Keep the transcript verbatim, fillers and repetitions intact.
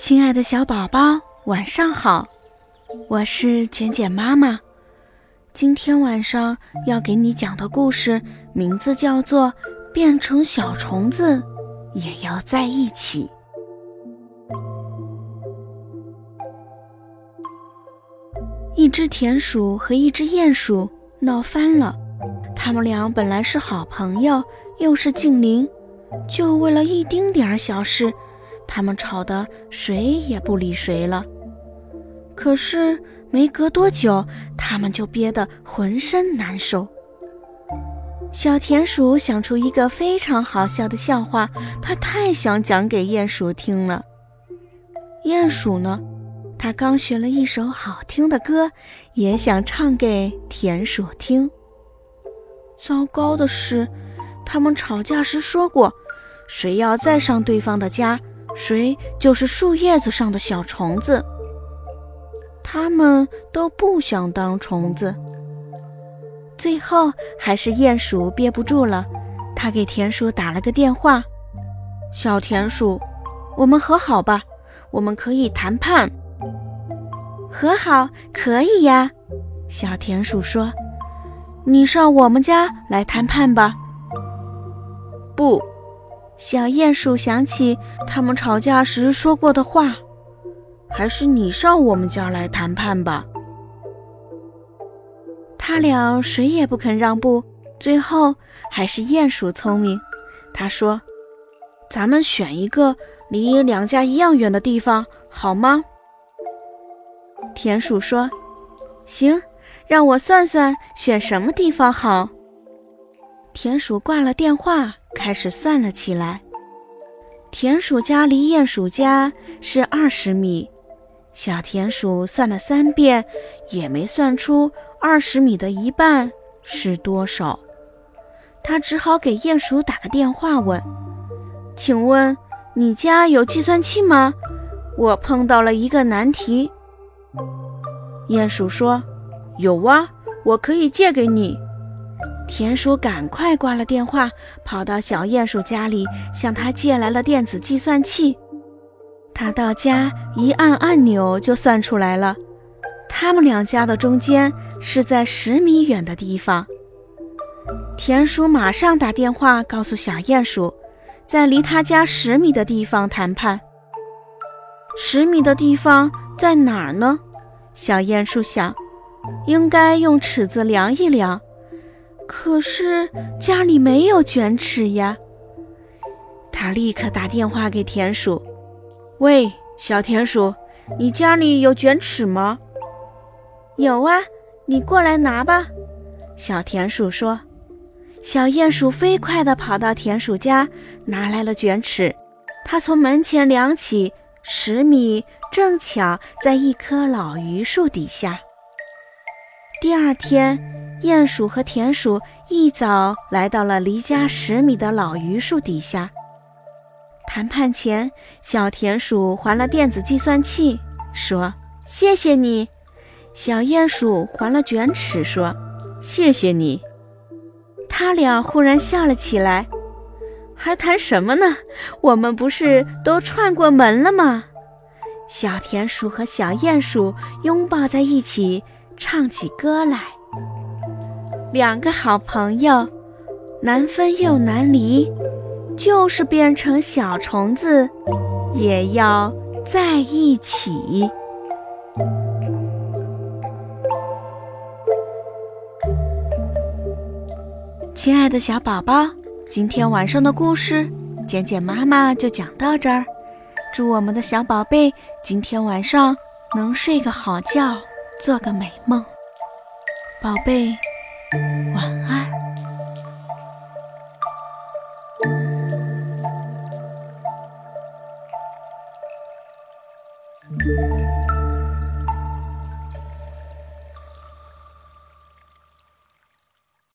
亲爱的小宝宝，晚上好，我是简简妈妈。今天晚上要给你讲的故事名字叫做《变成小虫子也要在一起》。一只田鼠和一只鼹鼠闹翻了，他们俩本来是好朋友，又是近邻，就为了一丁点儿小事，他们吵得谁也不理谁了。可是没隔多久，他们就憋得浑身难受。小田鼠想出一个非常好笑的笑话，它太想讲给鼹鼠听了。鼹鼠呢，他刚学了一首好听的歌，也想唱给田鼠听。糟糕的是，他们吵架时说过，谁要再上对方的家，谁就是树叶子上的小虫子。他们都不想当虫子。最后还是鼹鼠憋不住了，他给田鼠打了个电话：小田鼠，我们和好吧，我们可以谈判。和好可以呀，小田鼠说，你上我们家来谈判吧。不，小鼹鼠想起他们吵架时说过的话，还是你上我们家来谈判吧。他俩谁也不肯让步，最后还是鼹鼠聪明，他说，咱们选一个离两家一样远的地方好吗？田鼠说，行，让我算算选什么地方好。田鼠挂了电话，开始算了起来。田鼠家离鼹鼠家是二十米，小田鼠算了三遍，也没算出二十米的一半是多少。他只好给鼹鼠打个电话问，请问你家有计算器吗？我碰到了一个难题。鼹鼠说，有啊，我可以借给你。田鼠赶快挂了电话，跑到小鼹鼠家里，向他借来了电子计算器。他到家一按按钮就算出来了，他们两家的中间是在十米远的地方。田鼠马上打电话告诉小鼹鼠，在离他家十米的地方谈判。十米的地方在哪儿呢？小鼹鼠想，应该用尺子量一量，可是家里没有卷尺呀。他立刻打电话给田鼠，喂，小田鼠，你家里有卷尺吗？有啊，你过来拿吧。小田鼠说。小鼹鼠飞快地跑到田鼠家，拿来了卷尺。他从门前量起，十米正巧在一棵老榆树底下。第二天，鼹鼠和田鼠一早来到了离家十米的老榆树底下。谈判前，小田鼠还了电子计算器，说，谢谢你。小鼹鼠还了卷尺，说，谢谢你。他俩忽然笑了起来，还谈什么呢？我们不是都串过门了吗？小田鼠和小鼹鼠拥抱在一起，唱起歌来。两个好朋友，难分又难离，就是变成小虫子也要在一起。亲爱的小宝宝，今天晚上的故事简简妈妈就讲到这儿。祝我们的小宝贝今天晚上能睡个好觉，做个美梦。宝贝，晚安。